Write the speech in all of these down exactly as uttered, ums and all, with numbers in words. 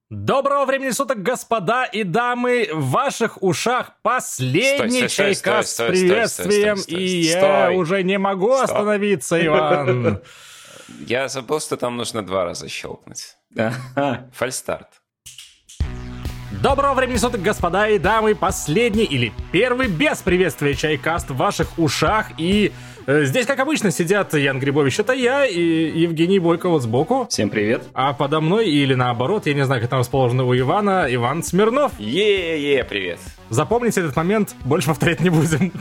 Доброго времени суток, господа и дамы! В ваших ушах последний чайкаст с приветствием, стой, стой, стой, и стой. Я уже не могу Стоп. остановиться, Иван. Я забыл, что там нужно два раза щелкнуть. Фальстарт. Доброго времени суток, господа и дамы! Последний или первый без приветствия чайкаст в ваших ушах. И э, здесь, как обычно, сидят Ян Грибович, это я, и Евгений Бойко вот сбоку. Всем привет. А подо мной, или наоборот, я не знаю, как там расположено у Ивана, Иван Смирнов. Е-е-е, привет. Запомните этот момент, больше повторять не будем.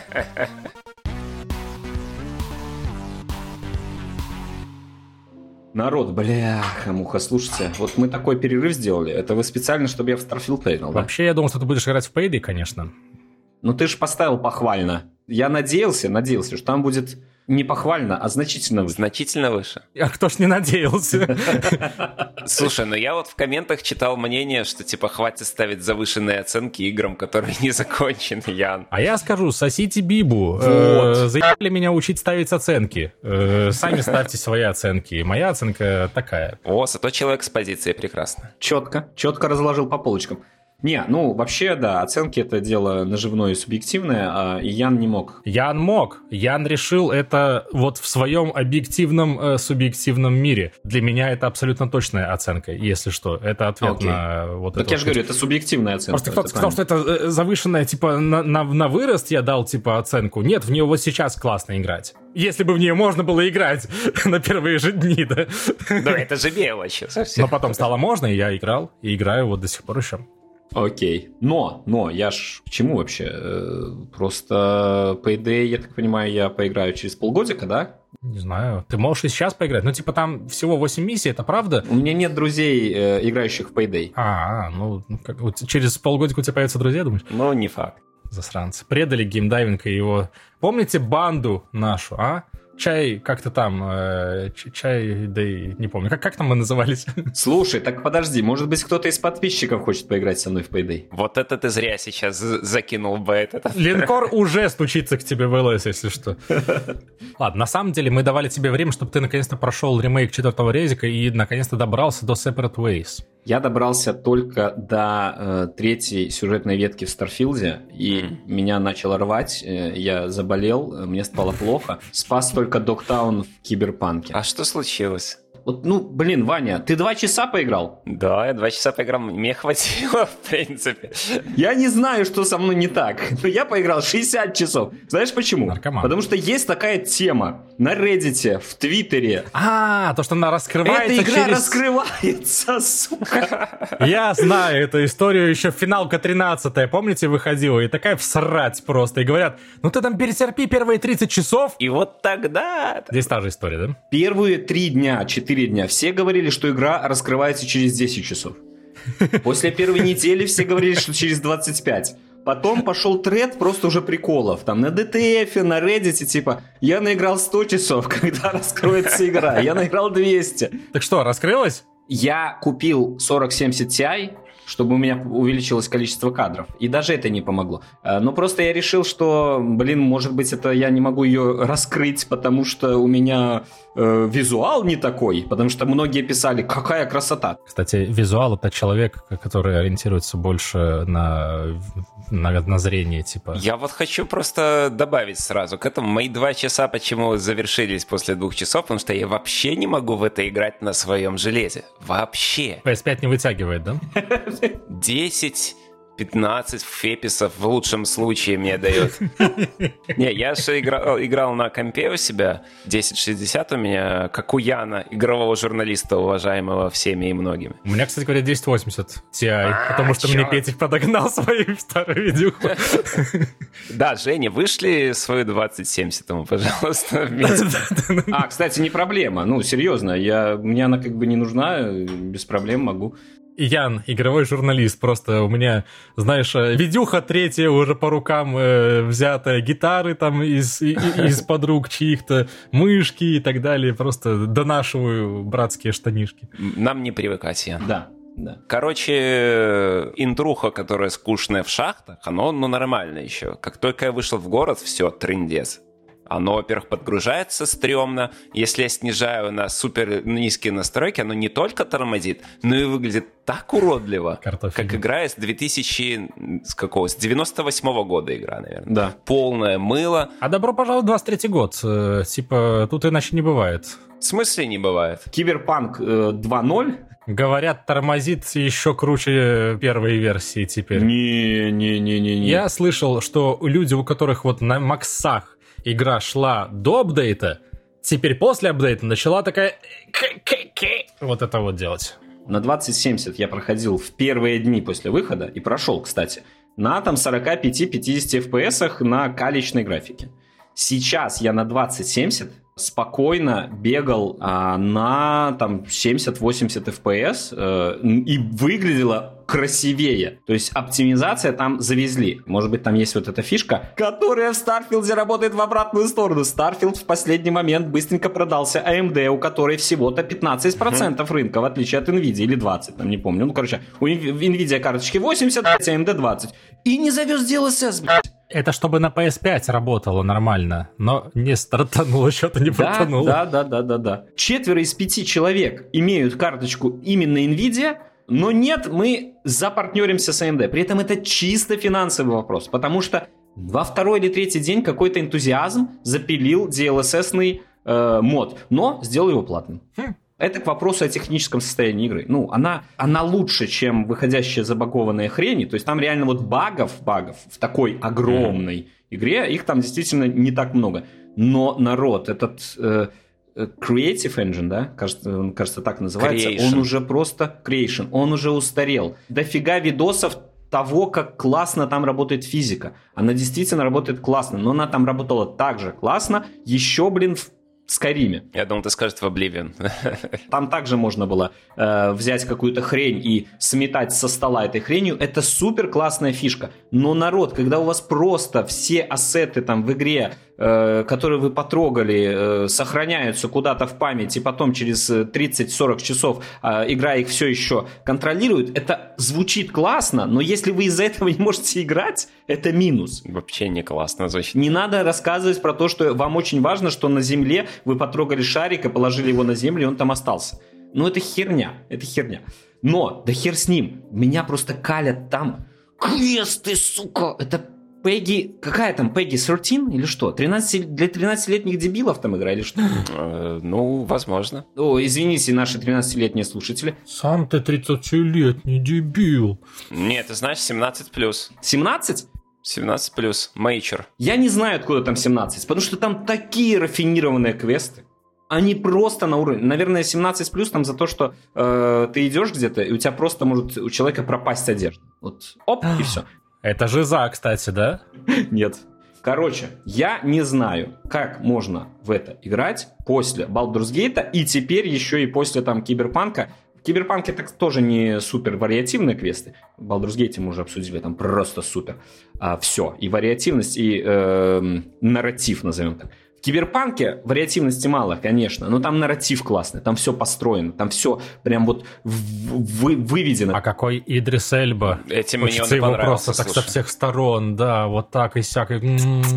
Народ, бляха-муха, слушайте, вот мы такой перерыв сделали, это вы специально, чтобы я в Starfield поиграл, да? Вообще, я думал, что ты будешь играть в Payday, конечно. Ну ты же поставил похвально. Я надеялся, надеялся, что там будет не похвально, а значительно выше. Значительно выше. А кто ж не надеялся? Слушай, ну я вот в комментах читал мнение, что типа хватит ставить завышенные оценки играм, которые не закончены, Ян. А я скажу, сосите бибу. Вот. Заебали меня учить ставить оценки. Сами ставьте свои оценки. Моя оценка такая. О, зато человек с позиции прекрасно. Четко, четко разложил по полочкам. Не, ну вообще, да, оценки это дело наживное и субъективное, а Ян не мог. Ян мог. Ян решил это вот в своем объективном, э, субъективном мире. Для меня это абсолютно точная оценка, если что. Это ответ okay. на вот это. Так я же говорю, это субъективная оценка. Просто кто-то сказал, что это завышенная, типа, на, на, на вырост я дал, типа, оценку. Нет, в нее вот сейчас классно играть. Если бы в нее можно было играть на первые же дни, да? Да, это же мелочь совсем. Но потом стало можно, и я играл, и играю вот до сих пор еще. Окей. Но, но, я ж к чему вообще? Просто Payday, я так понимаю, я поиграю через полгодика, да? Не знаю. Ты можешь и сейчас поиграть. Ну, типа, там всего восемь миссий, это правда? У меня нет друзей, э, играющих в Payday. А, ну, как, вот через полгодика у тебя появятся друзья, думаешь? Ну, не факт. Засранцы. Предали геймдайвинг и его... Помните банду нашу, а? Чай, как-то там, э, чай, да и не помню, как, как там мы назывались? Слушай, так подожди, может быть, кто-то из подписчиков хочет поиграть со мной в Payday? Вот это ты зря сейчас закинул бы этот. Линкор уже стучится к тебе в ЛС, если что. Ладно, на самом деле мы давали тебе время, чтобы ты наконец-то прошел ремейк четвертого резика и наконец-то добрался до Separate Ways. Я добрался только до э, третьей сюжетной ветки в Старфилде, и mm. меня начало рвать, э, я заболел, мне стало плохо. Спас только Догтаун в Киберпанке. А что случилось? Вот, ну, блин, Ваня, ты два часа поиграл? Да, я два часа поиграл, мне хватило, в принципе. Я не знаю, что со мной не так, но я поиграл шестьдесят часов. Знаешь почему? Наркоман. Потому что есть такая тема на Reddit, в Твиттере. А, то, что она раскрывается Эта игра через... раскрывается, сука. Я знаю эту историю, еще финалка тринадцатая, помните, выходила, и такая всрать просто, и говорят, ну ты там перетерпи первые тридцать часов. И вот тогда... Здесь та же история, да? Первые три дня, четыре дня все говорили, что игра раскрывается через десять часов. После первой недели все говорили, что через двадцать пять. Потом пошел тред просто уже приколов. Там на ди ти эф, на Reddit, типа, я наиграл сто часов, когда раскроется игра. Я наиграл двести. Так что, раскрылась? Я купил сорок семьдесят Ti, чтобы у меня увеличилось количество кадров. И даже это не помогло. Но просто я решил, что, блин, может быть, это я не могу ее раскрыть, потому что у меня э, визуал не такой. Потому что многие писали, какая красота. Кстати, визуал — это человек, который ориентируется больше на, на, на зрение, типа. Я вот хочу просто добавить сразу к этому. Мои два часа почему завершились после двух часов, потому что я вообще не могу в это играть на своем железе. Вообще. пи эс пять не вытягивает, да? десять-пятнадцать феписов в лучшем случае мне дает. Не, я же играл, играл на компе у себя. десять шестьдесят у меня, как у Яна, игрового журналиста, уважаемого всеми и многими. У меня, кстати говоря, десять восемьдесят Ti, потому что мне Петик подогнал свою старую видюху. Да, Женя, вышли свою двадцать семьдесят ему, пожалуйста. А, кстати, не проблема. Ну, серьезно, я, мне она как бы не нужна, без проблем могу. Ян, игровой журналист, просто у меня, знаешь, видюха третья уже по рукам э, взятая, гитары там из, и, из подруг чьих-то, мышки и так далее, просто донашиваю братские штанишки. Нам не привыкать, Ян. Да. Да. Короче, интруха, которая скучная в шахтах, оно ну, нормально еще. Как только я вышел в город, все, трындец. Оно, во-первых, подгружается стрёмно. Если я снижаю на супер низкие настройки, оно не только тормозит, но и выглядит так уродливо, Картофель. как игра из две тысячи... С какого? С девяносто восьмого года игра, наверное. Да. Полное мыло. А добро пожаловать в двадцать третий год. Э, Типа, тут иначе не бывает. В смысле не бывает? Киберпанк э, два ноль. Говорят, тормозит еще круче первой версии теперь. Не-не-не-не-не. Я слышал, что люди, у которых вот на максах игра шла до апдейта, теперь после апдейта начала такая... Вот это вот делать. На двадцать семьдесят я проходил в первые дни после выхода, и прошел, кстати, на там сорок пять-пятьдесят эф пи эс на калечной графике. Сейчас я на двадцать семьдесят спокойно бегал а, на там семьдесят-восемьдесят эф пи эс э, и выглядело красивее. То есть оптимизация там завезли. Может быть, там есть вот эта фишка, которая в Старфилде работает в обратную сторону. Старфилд в последний момент быстренько продался эй эм ди, у которой всего-то пятнадцать процентов рынка, в отличие от Nvidia, или двадцать, там не помню. Ну, короче, у Nvidia карточки восемьдесят, а эй эм ди двадцать. И не завез ди эл эс эс, блядь. Это чтобы на пи эс пять работало нормально, но не стартануло, что-то не фартануло. Да, да, да, да, да. Четверо из пяти человек имеют карточку именно Nvidia, но нет, мы запартнеримся с эй эм ди. При этом это чисто финансовый вопрос, потому что во второй или третий день какой-то энтузиазм запилил ди эл эс эс-ный э, мод, но сделал его платным. Хм. Это к вопросу о техническом состоянии игры. Ну, она, она лучше, чем выходящая забагованная хрень. То есть там реально вот багов, багов в такой огромной mm. игре, их там действительно не так много. Но народ, этот э, Creative Engine, да, кажется, он, кажется, так называется, Creation. Он уже просто Creation, он уже устарел. Дофига видосов того, как классно там работает физика. Она действительно работает классно, но она там работала так же классно, еще, блин, в в Скайриме. Я думал, ты скажешь в Oblivion. Там также можно было э, взять какую-то хрень и сметать со стола этой хренью. Это супер классная фишка. Но, народ, когда у вас просто все ассеты там в игре, э, которые вы потрогали, э, сохраняются куда-то в памяти, и потом через тридцать-сорок часов э, игра их все еще контролирует, это звучит классно, но если вы из-за этого не можете играть, это минус. Вообще не классно звучит. Не надо рассказывать про то, что вам очень важно, что на земле вы потрогали шарик и положили его на землю, и он там остался. Ну, это херня, это херня. Но, да хер с ним, меня просто калят там. Квесты, сука, это Пегги... Какая там, Пегги тринадцать или что? тринадцать, для тринадцатилетних дебилов там игра или что? Ну, возможно. О, извините, наши тринадцатилетние слушатели. Сам ты тридцатилетний дебил. Нет, ты знаешь, семнадцать плюс. семнадцать? семнадцать плюс, мейчер. Я не знаю, откуда там семнадцать, потому что там такие рафинированные квесты. Они просто на уровне. Наверное, семнадцать плюс там за то, что э, ты идешь где-то, и у тебя просто может у человека пропасть одежда. Вот, оп, и все. Это жиза, кстати, да? Нет. Короче, я не знаю, как можно в это играть после Baldur's Gate и теперь еще и после там Киберпанка. В Киберпанке так тоже не супер вариативные квесты. В Baldur's Gate мы уже обсудили, там просто супер. А, все, и вариативность, и э, нарратив, назовем так. В Киберпанке вариативности мало, конечно, но там нарратив классный, там все построено, там все прям вот вы, выведено. А какой Идрис Эльба? Этим мне он его понравился, просто так слушай. со всех сторон, да, вот так и сяк. И...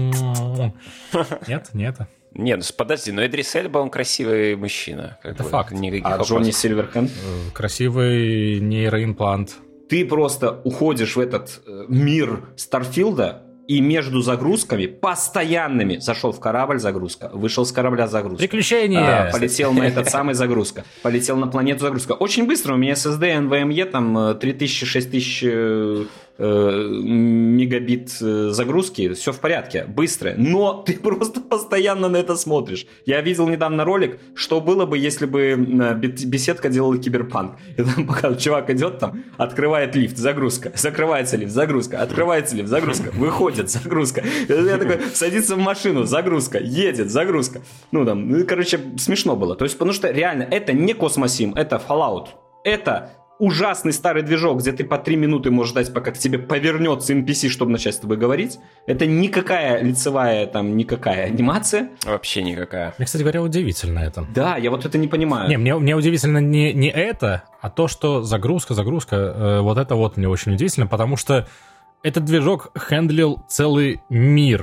Нет, нет. Нет, ну подожди, но Идрис Эльба, он красивый мужчина. Это факт. Никаких А вопросов. Джонни Сильверхенд? Красивый нейроимплант. Ты просто уходишь в этот э, мир Старфилда, и между загрузками постоянными зашел в корабль — загрузка, вышел с корабля — загрузка. Приключения! А, полетел на этот самый — загрузка. Полетел на планету — загрузка. Очень быстро. У меня эс эс ди эн ви эм и там три тысячи, шесть тысяч э, э, мегабит загрузки. Все в порядке. Быстро. Но ты просто постоянно на это смотришь. Я видел недавно ролик, что было бы, если бы беседка делала Киберпанк. И там пока чувак идет, там открывает лифт — загрузка. Закрывается лифт — загрузка. Открывается лифт — загрузка. Выходит — загрузка. Я такой, садится в машину — загрузка. Едет — загрузка. Ну там, ну, короче, смешно было. То есть, потому что реально это не Космосим, это Fallout. Это ужасный старый движок, где ты по три минуты можешь ждать, пока к тебе повернется эн пи си, чтобы начать с тобой говорить. Это никакая лицевая, там, никакая анимация. Вообще никакая. Мне, кстати говоря, удивительно это. Да, я вот это не понимаю. Не, мне, мне удивительно не, не это, а то, что загрузка, загрузка, э, вот это вот мне очень удивительно, потому что этот движок хендлил целый мир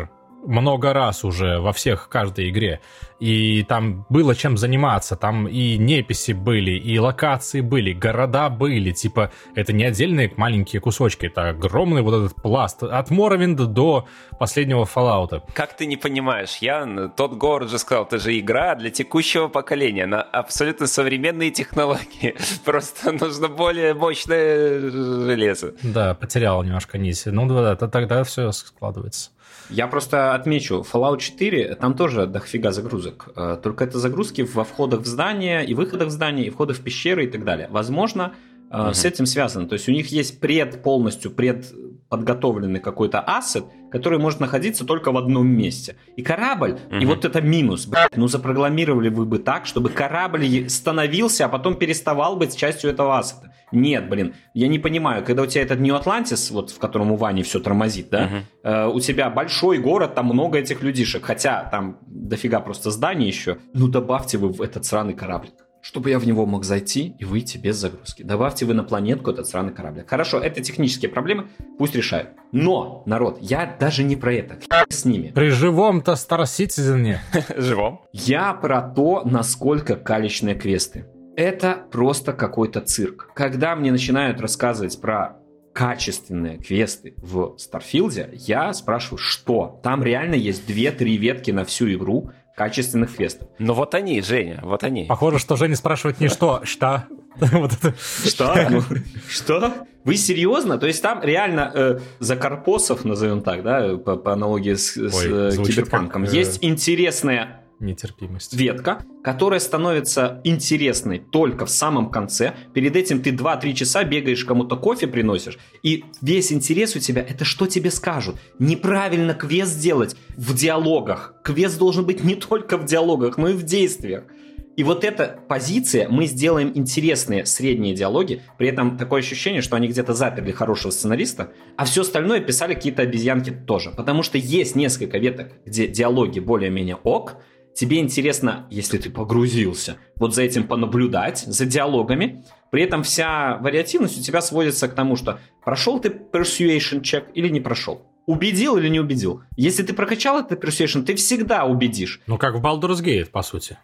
много раз уже во всех, каждой игре. И там было чем заниматься, там и неписи были, и локации были, города были, типа, это не отдельные маленькие кусочки, это огромный вот этот пласт, от Моровинда до последнего Fallout. Как ты не понимаешь, Ян, тот город же сказал, это же игра для текущего поколения, на абсолютно современные технологии, просто нужно более мощное железо. Да, потерял немножко нить, ну да, тогда все складывается. Я просто отмечу, Fallout четыре, там тоже дофига загрузок. Только это загрузки во входах в здание, и выходах в здание, и входах в пещеры и так далее. Возможно, uh-huh. с этим связано. То есть у них есть пред, полностью предподготовленный какой-то ассет, который может находиться только в одном месте. И корабль, uh-huh. и вот это минус. Блядь, ну запрограммировали вы бы так, чтобы корабль становился, а потом переставал быть частью этого ассета. Нет, блин, я не понимаю, когда у тебя этот New Atlantis, вот в котором у Вани все тормозит, да, uh-huh. э, у тебя большой город, там много этих людишек, хотя там дофига просто зданий еще, ну добавьте вы в этот сраный корабль, чтобы я в него мог зайти и выйти без загрузки. Добавьте вы на планетку этот сраный корабль. Хорошо, это технические проблемы, пусть решают. Но, народ, я даже не про это, с ними. При живом-то Star Citizen. Живом. Я про то, насколько калечные квесты. Это просто какой-то цирк. Когда мне начинают рассказывать про качественные квесты в Старфилде, я спрашиваю, что? Там реально есть две-три ветки на всю игру качественных квестов. Ну вот они, Женя, вот они. Похоже, что Женя спрашивает не что, что. Что? Что? Вы серьезно? То есть там реально за карпосов, назовем так, да, по аналогии с Киберпанком, есть интересная нетерпимость. Ветка, которая становится интересной только в самом конце. Перед этим ты два-три часа бегаешь, кому-то кофе приносишь, и весь интерес у тебя — это что тебе скажут. Неправильно квест делать в диалогах. Квест должен быть не только в диалогах, но и в действиях. И вот эта позиция, мы сделаем интересные средние диалоги, при этом такое ощущение, что они где-то заперли хорошего сценариста, а все остальное писали какие-то обезьянки тоже. Потому что есть несколько веток, где диалоги более-менее ок. Тебе интересно, если ты погрузился, вот за этим понаблюдать, за диалогами. При этом вся вариативность у тебя сводится к тому, что прошел ты persuasion check или не прошел. Убедил или не убедил. Если ты прокачал этот persuasion, ты всегда убедишь. Ну, как в Baldur's Gate, по сути.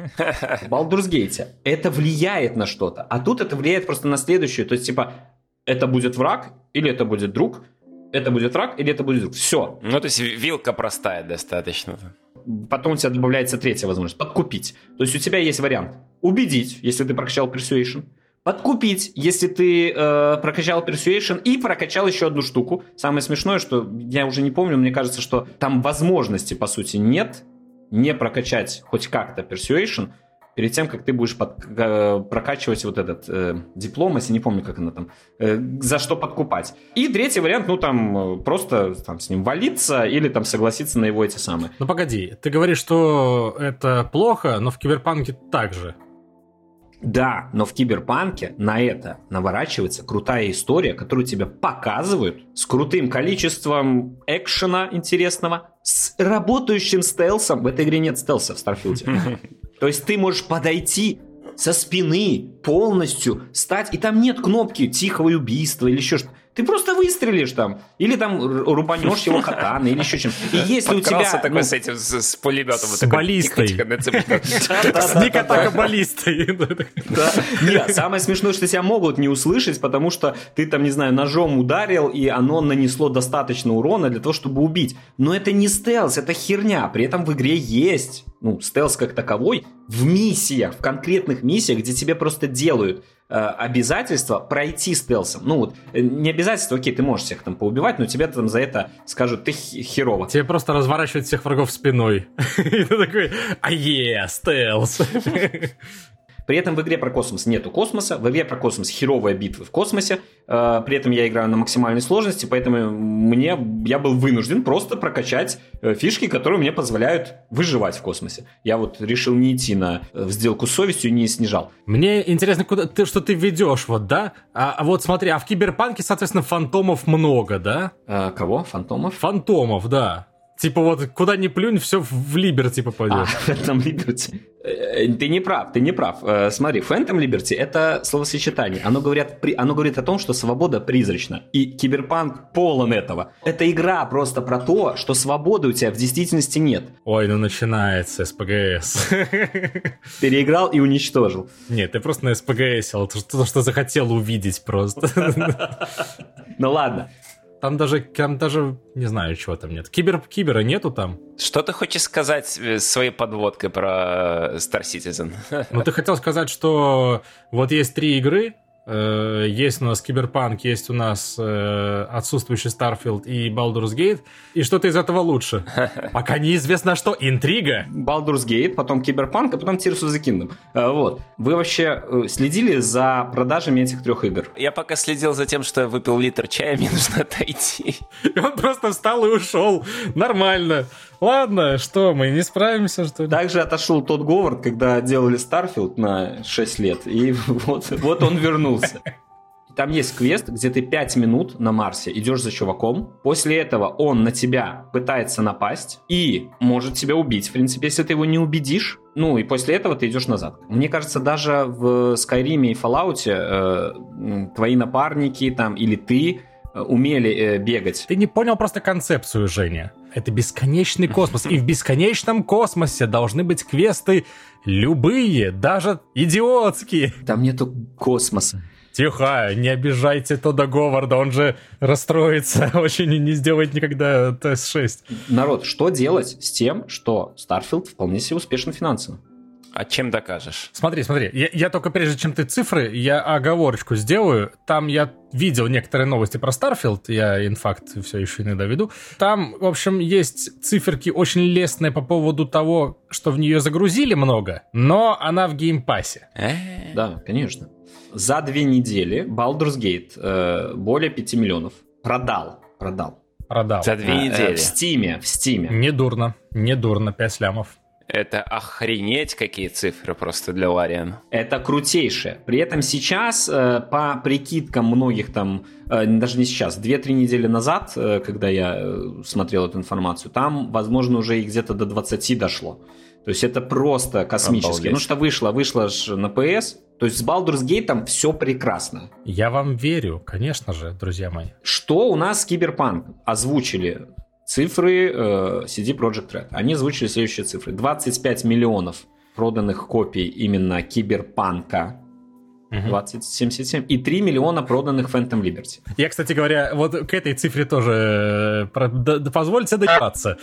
В Baldur's Gate это влияет на что-то. А тут это влияет просто на следующее. То есть, типа, это будет враг или это будет друг. Это будет враг или это будет друг. Все. Ну, то есть вилка простая достаточно. Потом у тебя добавляется третья возможность. Подкупить. То есть у тебя есть вариант. Убедить, если ты прокачал persuasion. Подкупить, если ты э, прокачал persuasion и прокачал еще одну штуку. Самое смешное, что я уже не помню, мне кажется, что там возможности, по сути, нет не прокачать хоть как-то persuasion перед тем, как ты будешь под, э, прокачивать вот этот э, дипломаси, не помню, как она там, э, за что подкупать. И третий вариант, ну там, просто там, с ним валиться или там согласиться на его эти самые. Ну погоди, ты говоришь, что это плохо, но в Киберпанке так же. Да, но в Киберпанке на это наворачивается крутая история, которую тебе показывают с крутым количеством экшена интересного, с работающим стелсом. В этой игре нет стелса в Старфилде. То есть ты можешь подойти со спины полностью, стать, и там нет кнопки тихого убийства или еще что-то. Ты просто выстрелишь там, или там рубанешь его катаной, или еще чем-то. И если у тебя... такой ну, с этим, с, с пулеметом. С вот баллистой. Сник-атака баллистой. Нет, самое смешное, что тебя могут не услышать, потому что ты там, не знаю, ножом ударил, и оно нанесло достаточно урона для того, чтобы убить. Но это не стелс, это херня. При этом в игре есть, ну, стелс как таковой, в миссиях, в конкретных миссиях, где тебе просто делают э, обязательство пройти стелсом. Ну вот, не обязательство, окей, ты можешь всех там поубивать, но тебе там за это скажут, ты херово. Тебе просто разворачивают всех врагов спиной. И ты такой, ае, стелс. При этом в игре про космос нету космоса, в игре про космос херовые битвы в космосе, э, при этом я играю на максимальной сложности, поэтому мне, я был вынужден просто прокачать э, фишки, которые мне позволяют выживать в космосе. Я вот решил не идти на, в сделку с совестью и не снижал. Мне интересно, куда ты, что ты ведешь, вот, да? А, а вот смотри, а в Киберпанке, соответственно, фантомов много, да? Э, кого? Фантомов? Фантомов, да. Типа вот куда ни плюнь, все в Liberty попадет. А, Phantom Liberty. Ты не прав, ты не прав. Смотри, Phantom Liberty — это словосочетание. Оно, говорят, оно говорит о том, что свобода призрачна. И Киберпанк полон этого. Это игра просто про то, что свободы у тебя в действительности нет. Ой, ну начинается СПГС. Переиграл и уничтожил. Нет, ты просто на СПГСил. То, что захотел увидеть просто. Ну ладно. Там даже, там даже, не знаю, чего там нет. Кибер, кибера нету там. Что ты хочешь сказать своей подводкой про Star Citizen? Ну, ты хотел сказать, что вот есть три игры. Э, есть у нас Киберпанк, есть у нас э, отсутствующий Starfield и Baldur's Gate. И что-то из этого лучше. Пока неизвестно что. Интрига. Baldur's Gate, потом Киберпанк, а потом Tears of the Kingdom. Э, вот. Вы вообще э, следили за продажами этих трех игр? Я пока следил за тем, что я выпил литр чая, мне нужно отойти. И он просто встал и ушел. Нормально. Ладно, что, мы не справимся, что ли? Также отошел тот Говард, когда делали Starfield на шесть лет, и вот, вот он вернулся. Там есть квест, где ты пять минут на Марсе идешь за чуваком. После этого он на тебя пытается напасть и может тебя убить, в принципе, если ты его не убедишь. Ну, и после этого ты идешь назад. Мне кажется, даже в Skyrim и Fallout э, твои напарники там или ты умели э, бегать. Ты не понял просто концепцию, Женя. Это бесконечный космос. И в бесконечном космосе должны быть квесты любые, даже идиотские. Там нету космоса. Тихо, не обижайте Тодда Говарда, он же расстроится очень и не сделает никогда Ти Эс шесть. Народ, что делать с тем, что Starfield вполне себе успешен финансово? А чем докажешь? Смотри, смотри, я, я только прежде чем ты цифры, я оговорочку сделаю. Там я видел некоторые новости про Starfield, я инфакт все еще иногда веду. Там, в общем, есть циферки очень лестные по поводу того, что в нее загрузили много, но она в геймпассе. Да, конечно. За две недели Baldur's Gate э, более пяти миллионов продал. Продал. Продал. За две А, недели. Э, в Стиме, в Стиме. Не дурно, не дурно, пять лямов. Это охренеть какие цифры просто для Лариан. Это крутейшее. При этом сейчас, э, по прикидкам многих там, э, даже не сейчас, две-три недели назад, э, когда я э, смотрел эту информацию, там, возможно, уже и где-то до двадцати дошло. То есть это просто космически. Обалдеть. Ну что вышло, вышло же на пи эс. То есть с Baldur's Gate все прекрасно. Я вам верю, конечно же, друзья мои. Что у нас с Киберпанком? Озвучили цифры э, си ди Projekt Red. Они озвучили следующие цифры. двадцать пять миллионов проданных копий именно Киберпанка. двадцать семьдесят семь. И три миллиона проданных Phantom Liberty. Я, кстати говоря, вот к этой цифре тоже про... да, да, позвольте доебаться.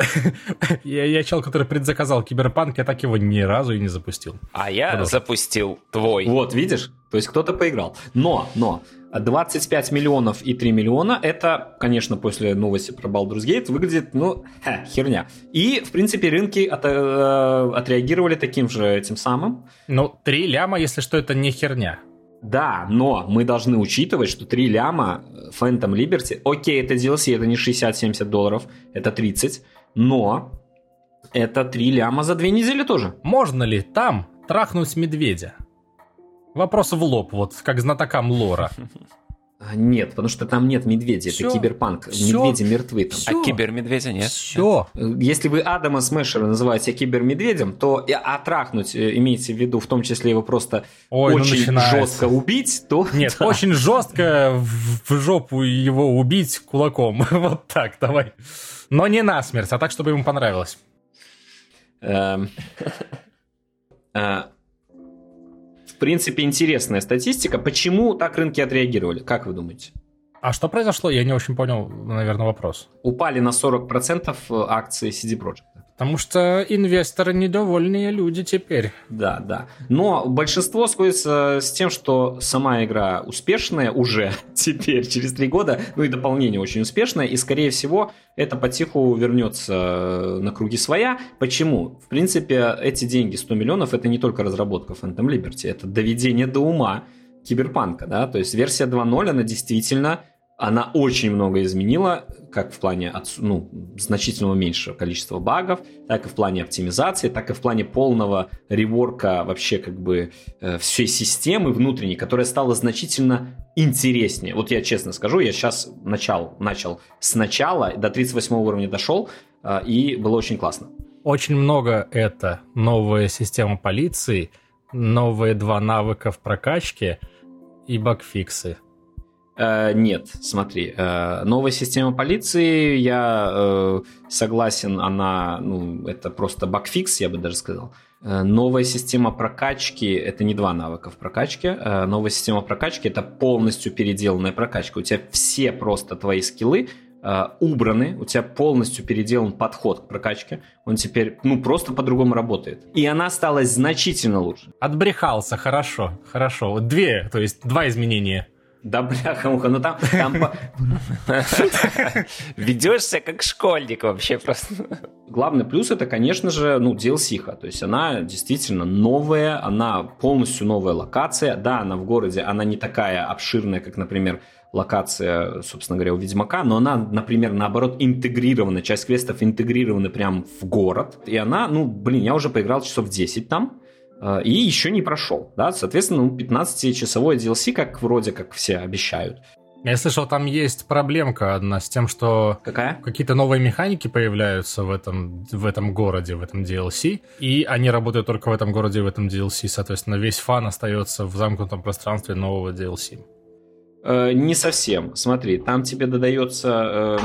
я, я чел, который предзаказал Киберпанк, я так его ни разу и не запустил. А я Продолжай. запустил твой. Вот, видишь? То есть кто-то поиграл. Но, но, двадцать пять миллионов и три миллиона, это, конечно, после новости про Baldur's Gate выглядит, ну, ха, херня. И, в принципе, рынки от, э, отреагировали таким же этим самым. Ну, три ляма, если что, это не херня. Да, но мы должны учитывать, что три ляма Phantom Liberty, окей, это ди эл си, это не шестьдесят-семьдесят долларов, это тридцать, но это три ляма за две недели тоже. Можно ли там трахнуть медведя? Вопрос в лоб, вот как знатокам лора. Нет, потому что там нет медведя, Всё. это Киберпанк, Всё. медведи мертвы там. Всё. А кибермедведя нет? Все. Если вы Адама Смешера называете кибермедведем, то а трахнуть, имейте в виду, в том числе его просто Ой, ну очень начинается. жестко убить, то... Нет, да. очень жестко в, в жопу его убить кулаком. Вот так, давай. Но не насмерть, а так, чтобы ему понравилось. Эм, э, В принципе, интересная статистика. Почему так рынки отреагировали? Как вы думаете? А что произошло? Я не очень понял, наверное, вопрос. Упали на сорок процентов акции си ди Projekt. Потому что инвесторы недовольные люди теперь. Да, да. Но большинство сходится с тем, что сама игра успешная уже теперь, через три года, ну и дополнение очень успешное, и, скорее всего, это потиху вернется на круги своя. Почему? В принципе, эти деньги, сто миллионов, это не только разработка Phantom Liberty, это доведение до ума Киберпанка, да, то есть версия два ноль, она действительно... Она очень много изменила, как в плане ну, значительно меньшего количества багов, так и в плане оптимизации, так и в плане полного реворка вообще как бы э, всей системы внутренней, которая стала значительно интереснее. Вот я честно скажу, я сейчас начал, начал сначала, до тридцать восьмого уровня дошел, и было очень классно. Очень много это новая система полиции, новые два навыка в прокачке и багфиксы. Э, нет, смотри, э, новая система полиции, я э, согласен, она, ну, это просто багфикс, я бы даже сказал. Э, новая система прокачки, это не два навыка в прокачке, э, новая система прокачки, это полностью переделанная прокачка. У тебя все просто твои скиллы э, убраны, у тебя полностью переделан подход к прокачке, он теперь, ну, просто по-другому работает. И она стала значительно лучше. Отбрехался, хорошо, хорошо. Две, то есть два изменения. Да, бляха-муха, ну там... там... Ведешься как школьник вообще просто. Главный плюс это, конечно же, ну, ди эл си-ха. То есть она действительно новая, она полностью новая локация. Да, она в городе, она не такая обширная, как, например, локация, собственно говоря, у Ведьмака, но она, например, наоборот, интегрирована, часть квестов интегрирована прямо в город. И она, ну, блин, я уже поиграл часов десять там. И еще не прошел, да, соответственно, ну, пятнадцатичасовой ди эл си, как вроде как все обещают. Я слышал, там есть проблемка одна с тем, что Какая? какие-то новые механики появляются в этом, в этом городе, в этом ди эл си, и они работают только в этом городе и в этом ди эл си, соответственно, весь фан остается в замкнутом пространстве нового ди эл си. Э, не совсем. Смотри, там тебе додается э,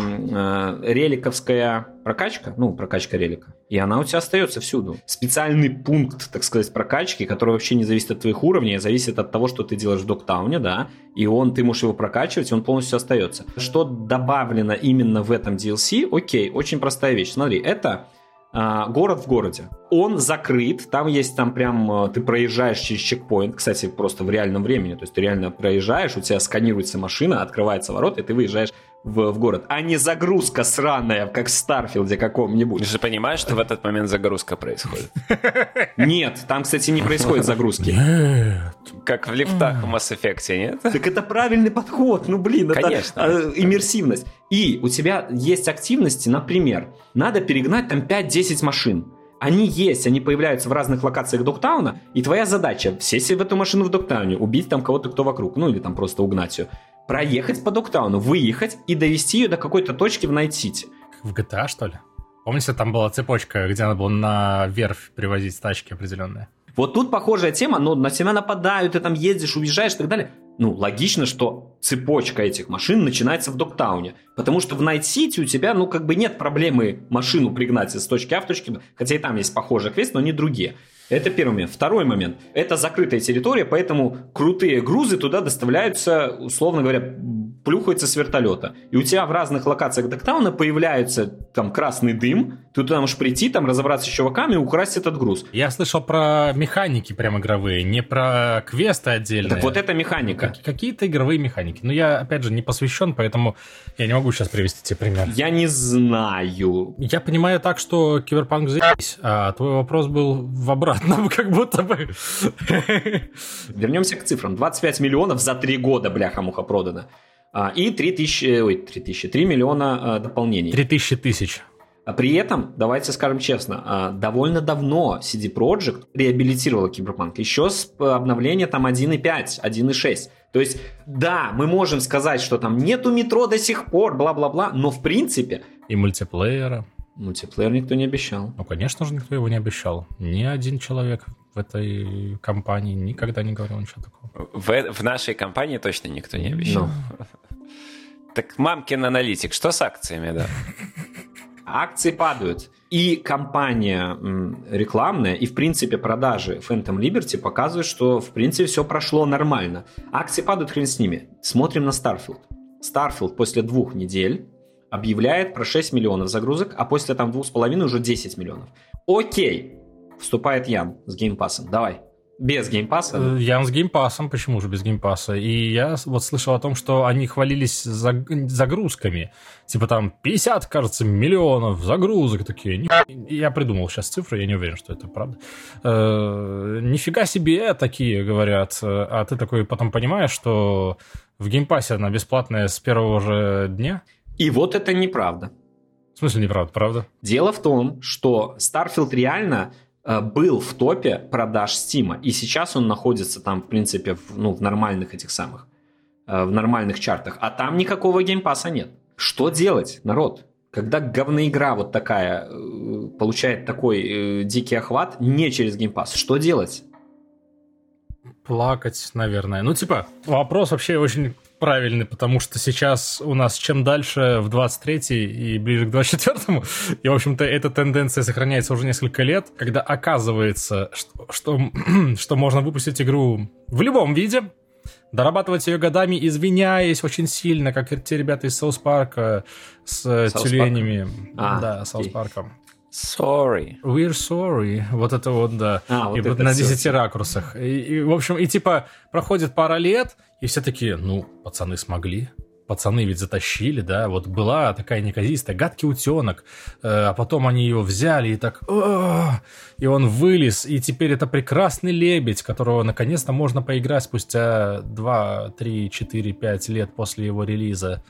э, реликовская прокачка, ну, прокачка релика, и она у тебя остается всюду. Специальный пункт, так сказать, прокачки, который вообще не зависит от твоих уровней, а зависит от того, что ты делаешь в Догтауне, да, и он, ты можешь его прокачивать, и он полностью остается. Что добавлено именно в этом ди эл си? Окей, очень простая вещь. Смотри, это а, город в городе. Он закрыт, там есть, там прям, ты проезжаешь через чекпоинт, кстати, просто в реальном времени, то есть ты реально проезжаешь, у тебя сканируется машина, открывается ворота, и ты выезжаешь в, в город, а не загрузка сраная, как в Старфилде каком-нибудь. Ты же понимаешь, что в этот момент загрузка происходит? Нет, там, кстати, не происходит загрузки. Нет. Как в лифтах в Mass Effect, нет? Так это правильный подход, ну блин, это Конечно. э, иммерсивность. И у тебя есть активности, например, надо перегнать там пять-десять машин. Они есть, они появляются в разных локациях Догтауна, и твоя задача сесть в эту машину в Догтауне, убить там кого-то, кто вокруг, ну или там просто угнать ее, проехать по Догтауну, выехать и довести ее до какой-то точки в Найт-Сити. В джи ти эй, что ли? Помните, там была цепочка, где надо было на верфь привозить тачки определенные? Вот тут похожая тема, но на тебя нападают, ты там ездишь, уезжаешь и так далее. Ну, логично, что цепочка этих машин начинается в Догтауне. Потому что в Найт-Сити у тебя, ну, как бы нет проблемы машину пригнать из точки А в точке Б. Хотя и там есть похожие квесты, но не другие. Это первый момент. Второй момент. Это закрытая территория, поэтому крутые грузы туда доставляются, условно говоря, плюхаются с вертолета. И у тебя в разных локациях Догтауна появляется там красный дым, ты туда можешь прийти, там разобраться с чуваками и украсть этот груз. Я слышал про механики прям игровые, не про квесты отдельные. Так вот это механика. Как- какие-то игровые механики. Но я, опять же, не посвящен, поэтому я не могу сейчас привести тебе пример. Я не знаю. Я понимаю так, что Киберпанк заебись, а твой вопрос был в обратном, как будто бы. Вернемся к цифрам. двадцать пять миллионов за три года, бляха-муха, продано. А, и три тысячи, ой, три тысячи, три миллиона а, дополнений. три тысячи тысяч. А при этом, давайте скажем честно, а, довольно давно си ди Projekt реабилитировала Киберпанк. Еще с обновления там один и пять, один и шесть. То есть, да, мы можем сказать, что там нету метро до сих пор, бла-бла-бла, но в принципе... И мультиплеера. Мультиплеер никто не обещал. Ну, конечно же, никто его не обещал. Ни один человек в этой компании никогда не говорил ничего такого. В, в нашей компании точно никто не обещал. Ну. Так мамкин аналитик, что с акциями, да? Акции падают. И компания м, рекламная, и, в принципе, продажи Phantom Liberty показывают, что, в принципе, все прошло нормально. Акции падают, хрен с ними. Смотрим на Starfield. Starfield после двух недель объявляет про шесть миллионов загрузок, а после там двух с половиной уже десять миллионов. Окей. Вступает Ян с геймпассом. Давай. Без геймпасса? Я с геймпассом, почему же без геймпасса? И я вот слышал о том, что они хвалились загрузками. Типа там пятьдесят, кажется, миллионов загрузок такие. Я придумал сейчас цифры, я не уверен, что это правда. Э-э- нифига себе такие, говорят. А ты такой потом понимаешь, что в геймпассе она бесплатная с первого же дня? И вот это неправда. В смысле неправда, правда? Дело в том, что Starfield реально... был в топе продаж Steam, и сейчас он находится там, в принципе, в, ну, в нормальных этих самых, э, в нормальных чартах, а там никакого геймпасса нет. Что делать, народ? Когда говноигра вот такая э, получает такой э, дикий охват не через геймпасс, что делать? Плакать, наверное. Ну, типа, вопрос вообще очень правильный, потому что сейчас у нас чем дальше в двадцать третий и ближе к двадцать четвёртому, и, в общем-то, эта тенденция сохраняется уже несколько лет, когда оказывается, что, что, что можно выпустить игру в любом виде, дорабатывать ее годами, извиняясь очень сильно, как те ребята из Саус Парка с South тюленями. А, да, Саус окей. Парком. Sorry. We're sorry. Вот это вот, да. А, вот и это вот на всё. десяти ракурсах. И, и, в общем, и типа проходит пара лет, и все такие, ну, пацаны смогли. Пацаны ведь затащили, да. Вот была такая неказистая, гадкий утенок. Э, а потом они его взяли и так... «О-о-о!» И он вылез. И теперь это прекрасный лебедь, которого наконец-то можно поиграть спустя два, три, четыре, пять лет после его релиза.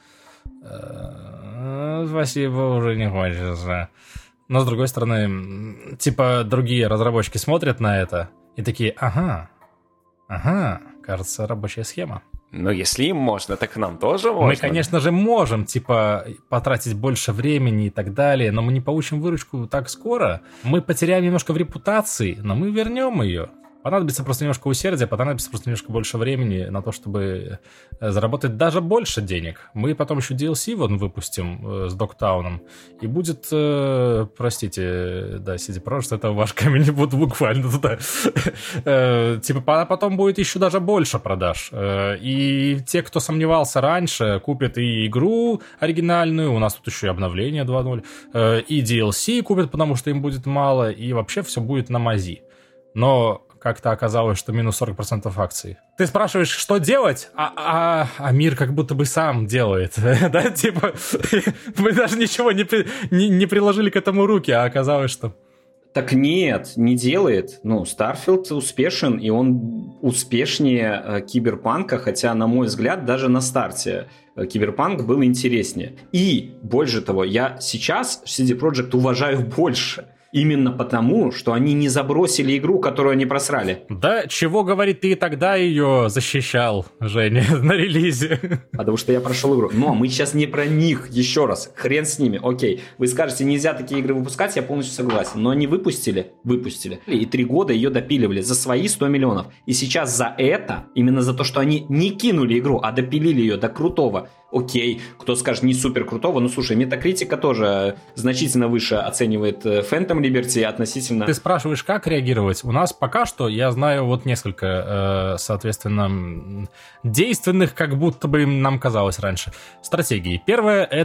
Э, спасибо, уже не хочется. Но, с другой стороны, типа, другие разработчики смотрят на это и такие, ага, ага, кажется, рабочая схема. Но если им можно, так нам тоже можно. Мы, конечно же, можем, типа, потратить больше времени и так далее, но мы не получим выручку так скоро. Мы потеряем немножко в репутации, но мы вернем ее. Понадобится просто немножко усердия, понадобится просто немножко больше времени на то, чтобы заработать даже больше денег. Мы потом еще ди эл си вон выпустим э, с Догтауном, и будет, э, простите, да, си ди Projekt, это ваш камень, не буду буквально туда. э, типа, а потом будет еще даже больше продаж. Э, и те, кто сомневался раньше, купят и игру оригинальную, у нас тут еще и обновление два ноль, э, и ди эл си купят, потому что им будет мало, и вообще все будет на мази. Но как-то оказалось, что минус сорок процентов акций. Ты спрашиваешь, что делать, а, а, а мир как будто бы сам делает. Да, типа, мы даже ничего не, не, не приложили к этому руки, а оказалось, что... Так нет, не делает. Ну, Starfield успешен, и он успешнее э, Киберпанка, хотя, на мой взгляд, даже на старте э, Киберпанк был интереснее. И, больше того, я сейчас си ди Projekt уважаю больше. Именно потому, что они не забросили игру, которую они просрали. Да, чего, говорит, ты и тогда ее защищал, Женя, на релизе. Потому что я прошел игру. Но мы сейчас не про них, еще раз. Хрен с ними, окей. Вы скажете, нельзя такие игры выпускать, я полностью согласен. Но они выпустили, выпустили. И три года ее допиливали за свои сто миллионов. И сейчас за это, именно за то, что они не кинули игру, а допилили ее до крутого. Окей, кто скажет не супер крутого, ну слушай, Метакритика тоже значительно выше оценивает Phantom Liberty относительно... Ты спрашиваешь, как реагировать? У нас пока что, я знаю вот несколько, соответственно, действенных, как будто бы нам казалось раньше, стратегий. Первое —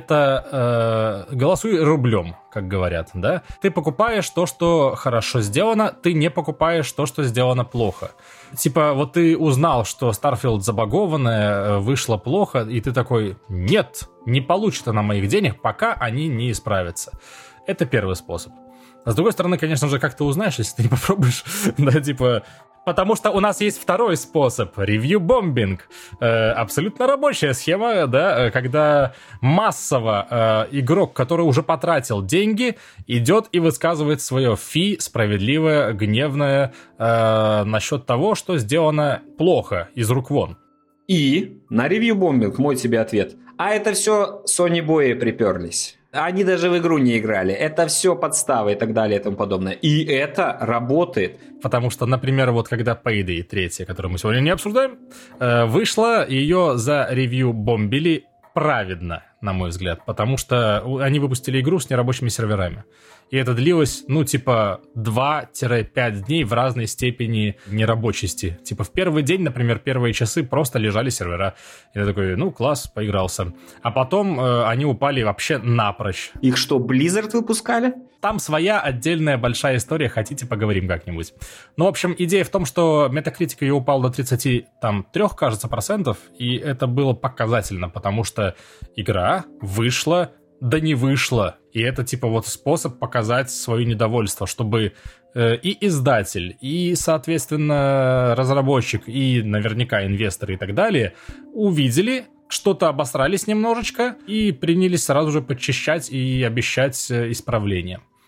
это э, голосуй рублем, как говорят, да? Ты покупаешь то, что хорошо сделано, ты не покупаешь то, что сделано плохо. Типа, вот ты узнал, что Starfield забагованная, вышло плохо, и ты такой, нет, не получит она моих денег, пока они не исправятся. Это первый способ. А с другой стороны, конечно же, как ты узнаешь, если ты не попробуешь, да, типа... Потому что у нас есть второй способ — ревью-бомбинг. Э, абсолютно рабочая схема, да, когда массово э, игрок, который уже потратил деньги, идет и высказывает свое фи, справедливое, гневное, э, насчет того, что сделано плохо, из рук вон. И на ревью-бомбинг мой тебе ответ. А это все Sony-бои приперлись. Они даже в игру не играли. Это все подставы и так далее и тому подобное. И это работает. Потому что, например, вот когда Payday три, которую мы сегодня не обсуждаем, вышла, ее за ревью бомбили праведно, на мой взгляд. Потому что они выпустили игру с нерабочими серверами. И это длилось, ну, типа, два-пять дней в разной степени нерабочести. Типа, в первый день, например, первые часы просто лежали сервера. И я такой, ну, класс, поигрался. А потом э, они упали вообще напрочь. Их что, Blizzard выпускали? Там своя отдельная большая история, хотите, поговорим как-нибудь. Ну, в общем, идея в том, что Metacritic ее упал до тридцати три, кажется, процентов, и это было показательно, потому что игра вышла, да не вышла. И это, типа, вот способ показать свое недовольство, чтобы э, и издатель, и, соответственно, разработчик, и наверняка инвесторы и так далее увидели, что-то обосрались немножечко и принялись сразу же подчищать и обещать исправление.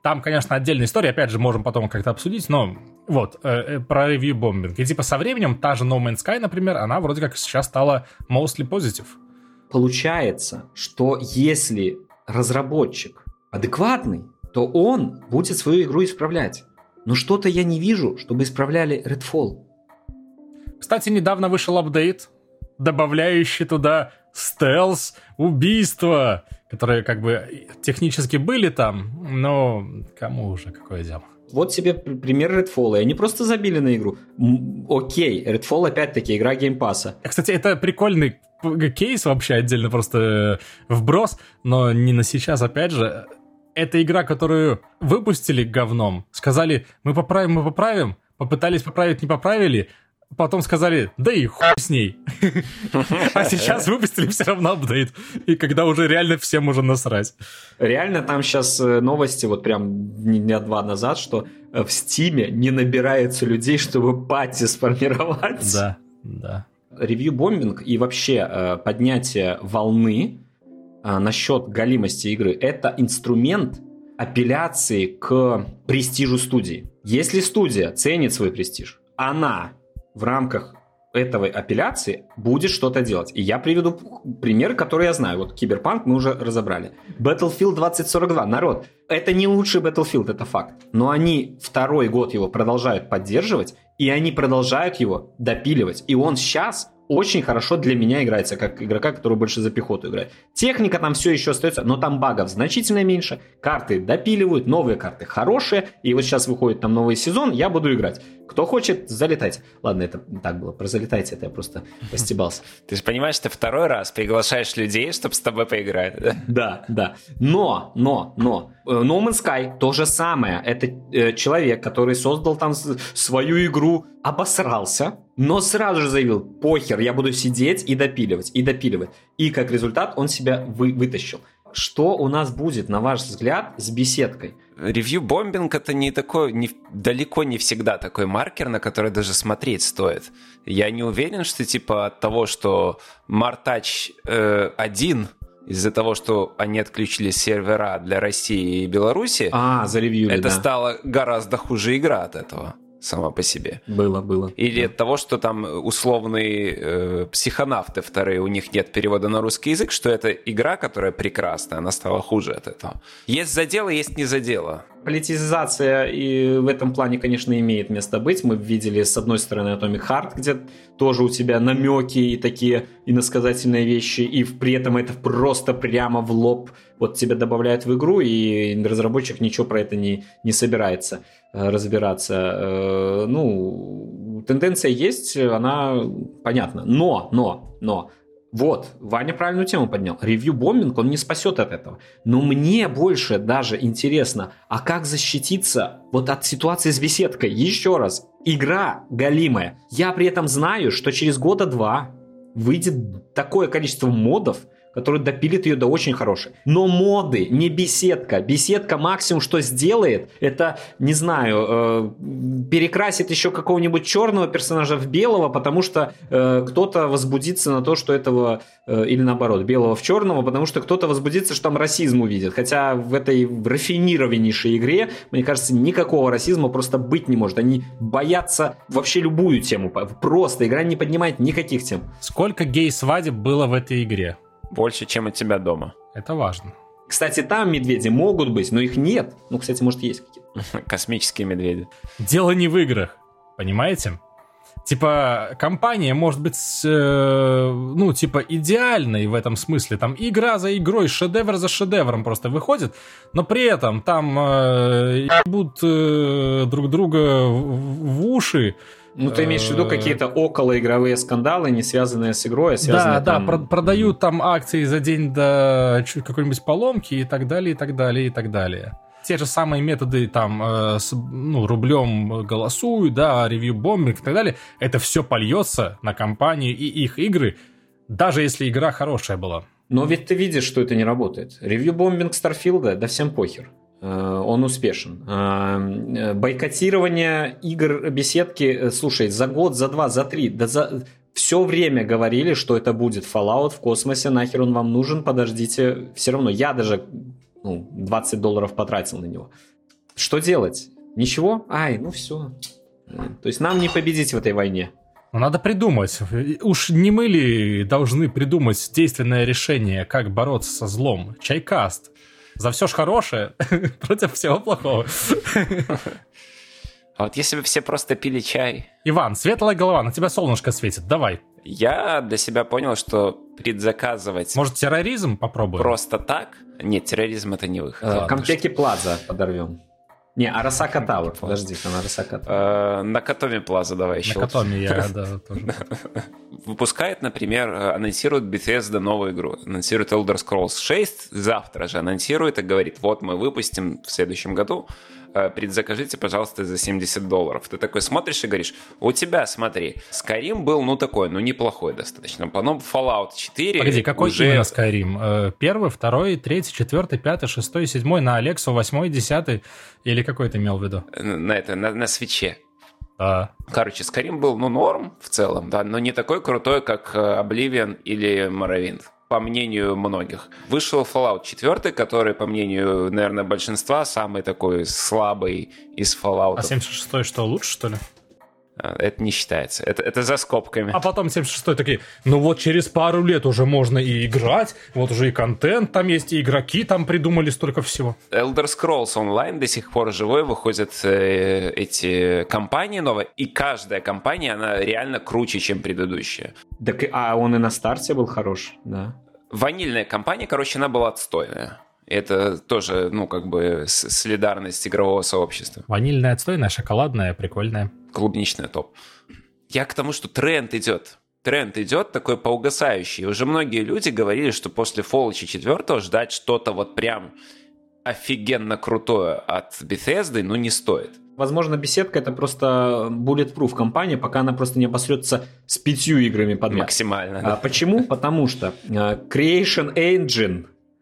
Там, конечно, отдельная история, опять же, можем потом как-то обсудить, но вот, э, про ревью-бомбинг. И типа со временем та же No Man's Sky, например, она вроде как сейчас стала mostly positive. Получается, что если разработчик адекватный, то он будет свою игру исправлять. Но что-то я не вижу, чтобы исправляли Redfall. Кстати, недавно вышел апдейт, добавляющий туда стелс, убийства, которые как бы технически были там, но кому уже какое дело. Вот тебе пример Redfall, и они просто забили на игру. М- окей, Redfall опять-таки игра геймпасса. Кстати, это прикольный кейс вообще отдельно просто вброс, но не на сейчас, опять же. Это игра, которую выпустили говном, сказали, мы поправим, мы поправим, попытались поправить, не поправили, потом сказали, да и хуй с ней. А сейчас выпустили все равно апдейт, и когда уже реально всем уже насрать. Реально там сейчас новости, вот прям дня два назад, что в Стиме не набирается людей, чтобы пати сформировать. Да, да. Ревью-бомбинг и вообще поднятие волны насчет галимости игры – это инструмент апелляции к престижу студии. Если студия ценит свой престиж, она в рамках этой апелляции будет что-то делать. И я приведу пример, который я знаю. Вот Киберпанк мы уже разобрали. Battlefield двадцать сорок два. Народ, это не лучший Battlefield, это факт. Но они второй год его продолжают поддерживать, и они продолжают его допиливать. И он сейчас очень хорошо для меня играется, как игрока, который больше за пехоту играет. Техника там все еще остается, но там багов значительно меньше. Карты допиливают, новые карты хорошие. И вот сейчас выходит там новый сезон, я буду играть. Кто хочет, залетайте. Ладно, это так было, про залетайте, это я просто постебался. Ты же понимаешь, ты второй раз приглашаешь людей, чтобы с тобой поиграть, да? Да, да. Но, но, но, No Man's Sky то же самое. Это э, человек, который создал там свою игру, обосрался, но сразу же заявил, похер, я буду сидеть и допиливать, и допиливать. И как результат он себя вы, вытащил. Что у нас будет, на ваш взгляд, с беседкой? Ревью-бомбинг — это не такой, не, далеко не всегда такой маркер, на который даже смотреть стоит. Я не уверен, что типа от того, что Мартач э, один, из-за того, что они отключили сервера для России и Беларуси, а, заревьюли, это да. стала гораздо хуже игра от этого. Сама по себе. Было, было. Или да. от того, что там условные э, психонавты вторые, у них нет перевода на русский язык, что это игра, которая прекрасная, она стала хуже от этого. Есть задело, есть не задело. Политизация и в этом плане, конечно, имеет место быть. Мы видели, с одной стороны, Atomic Heart, где тоже у тебя намеки и такие иносказательные вещи, и при этом это просто прямо в лоб вот тебя добавляют в игру, и разработчик ничего про это не, не собирается разбираться. Ну, тенденция есть, она понятна. Но, но, но, вот, Ваня правильную тему поднял. Ревью-бомбинг, он не спасет от этого. Но мне больше даже интересно, а как защититься вот от ситуации с беседкой? Еще раз, игра галимая. Я при этом знаю, что через года два выйдет такое количество модов, который допилит ее до очень хорошей. Но моды, не беседка. Беседка максимум, что сделает, это, не знаю, э, перекрасит еще какого-нибудь черного персонажа в белого, потому что э, кто-то возбудится на то, что этого, э, или наоборот, белого в черного, потому что кто-то возбудится, что там расизм увидит. Хотя в этой рафинированнейшей игре, мне кажется, никакого расизма просто быть не может. Они боятся вообще любую тему. Просто игра не поднимает никаких тем. Сколько гей-свадеб было в этой игре? Больше, чем у тебя дома. Это важно. Кстати, там медведи могут быть, но их нет. Ну, кстати, может, есть какие-то. Космические медведи. Дело не в играх, понимаете? Типа, компания может быть, э, ну, типа, идеальной в этом смысле. Там игра за игрой, шедевр за шедевром просто выходит, но при этом там э, ебут э, друг друга в, в уши. Ну, ты имеешь в виду какие-то околоигровые скандалы, не связанные с игрой, а связанные Да, там... да, продают там акции за день до какой-нибудь поломки и так далее, и так далее, и так далее. Те же самые методы, там, э, с, ну, рублем голосуй, да, ревью-бомбинг и так далее, это все польется на компанию и их игры, даже если игра хорошая была. Но ведь ты видишь, что это не работает. Ревью-бомбинг Старфилда, да всем похер. Он успешен. Бойкотирование игр беседки, слушай, за год, за два, за три, да за... все время говорили, что это будет Fallout в космосе, нахер он вам нужен, подождите, все равно. Я даже ну, двадцать долларов потратил на него. Что делать? Ничего? Ай, ну все. То есть нам не победить в этой войне. Ну, надо придумать. Уж не мы ли должны придумать действенное решение, как бороться со злом? Чайкаст. За все ж хорошее против всего плохого. А вот если бы все просто пили чай... Иван, светлая голова, на тебя солнышко светит, давай. Я для себя понял, что предзаказывать... Может, терроризм попробуем? Просто так? Нет, терроризм — это не выход. Э, Кампеки Плаза подорвем. Не, Арасака Тауэр. Подожди, там Арасака Тауэр. На Котоми Плаза давай еще. На Котоми я, да, тоже. Выпускает, например, анонсирует Bethesda новую игру. Анонсирует Elder Scrolls шесть. Завтра же анонсирует и говорит, вот мы выпустим в следующем году. Предзакажите, пожалуйста, за семьдесят долларов. Ты такой смотришь и говоришь, у тебя, смотри, Skyrim был, ну, такой, ну, неплохой достаточно. Потом Fallout четыре... Погоди, какой уже... именно Skyrim? Первый, второй, третий, четвертый, пятый, шестой, седьмой, на Алексу, восьмой, десятый? Или какой ты имел в виду? На это, на, на свитче. А. Короче, Skyrim был, ну, норм в целом, да, но не такой крутой, как Oblivion или Morrowind. По мнению многих. Вышел Fallout четыре, который, по мнению, наверное, большинства, самый такой слабый из Fallout. А семьдесят шестой что, лучше, что ли? Это не считается. Это, это за скобками. А потом семьдесят шестой такие, ну вот через пару лет уже можно и играть, вот уже и контент там есть, и игроки там придумали столько всего. Elder Scrolls Online до сих пор живой, выходят э, эти кампании новые, и каждая кампания, она реально круче, чем предыдущая. Так, а он и на старте был хорош, да. Ванильная кампания, короче, она была отстойная. Это тоже, ну, как бы солидарность игрового сообщества. Ванильная отстойная, шоколадная, прикольная. Клубничная топ. Я к тому, что тренд идет. Тренд идет такой поугасающий. Уже многие люди говорили, что после Fallout четыре ждать что-то вот прям офигенно крутое от Bethesda, ну, не стоит. Возможно, беседка — это просто bulletproof компания, пока она просто не обосрется с пятью играми подряд. Максимально. А Да. Почему? Потому что Creation Engine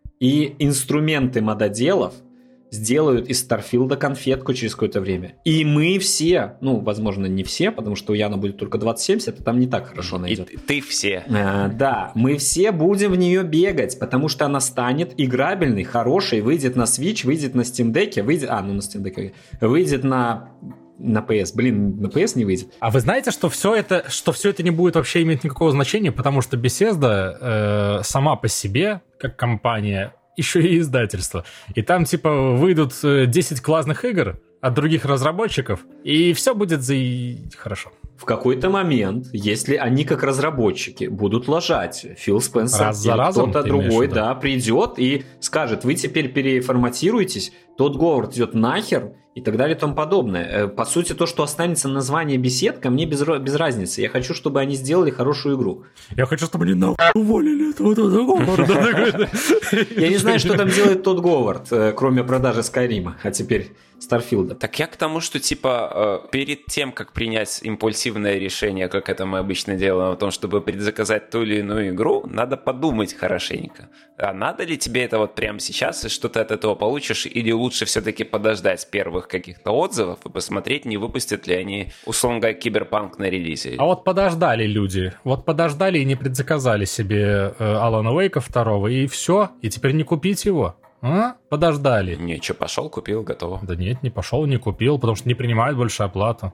и инструменты мододелов сделают из Старфилда конфетку через какое-то время. И мы все, ну, возможно, не все, потому что у Яна будет только двадцать семьдесят, а там не так хорошо найдет. И ты все. А, да, мы все будем в нее бегать, потому что она станет играбельной, хорошей, выйдет на Switch, выйдет на Steam Deck, выйдет... А, ну на Steam Deck, выйдет на... На пи эс. Блин, на пи эс не выйдет. А вы знаете, что все это, что все это не будет вообще иметь никакого значения, потому что Bethesda э, сама по себе, как компания, еще и издательство. И там, типа, выйдут десять классных игр от других разработчиков, и все будет за... хорошо. В какой-то момент, если они как разработчики будут лажать, Фил Спенсер Раз за разом, кто-то другой, да, придет и скажет, вы теперь переформатируетесь, тот Говард идет нахер, и так далее и тому подобное. По сути, то, что останется название беседка, мне без, без разницы. Я хочу, чтобы они сделали хорошую игру. Я хочу, чтобы они нахуй уволили этого Тодда Говарда. Я не знаю, что там делает тот Говард, кроме продажи Скайрима, а теперь Старфилда. Так я к тому, что, типа, перед тем, как принять импульсивное решение, как это мы обычно делаем, о том, чтобы предзаказать ту или иную игру, надо подумать хорошенько. А надо ли тебе это вот прямо сейчас, и что ты от этого получишь, или лучше все-таки подождать первых каких-то отзывов и посмотреть, не выпустят ли они, условно говоря, Киберпанк на релизе. А вот подождали люди. Вот подождали и не предзаказали себе Алана Уэйка второго, и все, и теперь не купить его. А? Подождали. Не, что, пошел, купил, готово. Да нет, не пошел, не купил, потому что не принимают больше оплату.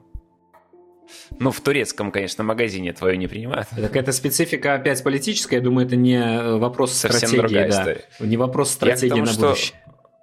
Ну, в турецком, конечно, магазине твою не принимают. Так это специфика опять политическая, я думаю, это не вопрос совсем стратегии. Другая да. история. Не вопрос стратегии тому, на будущее.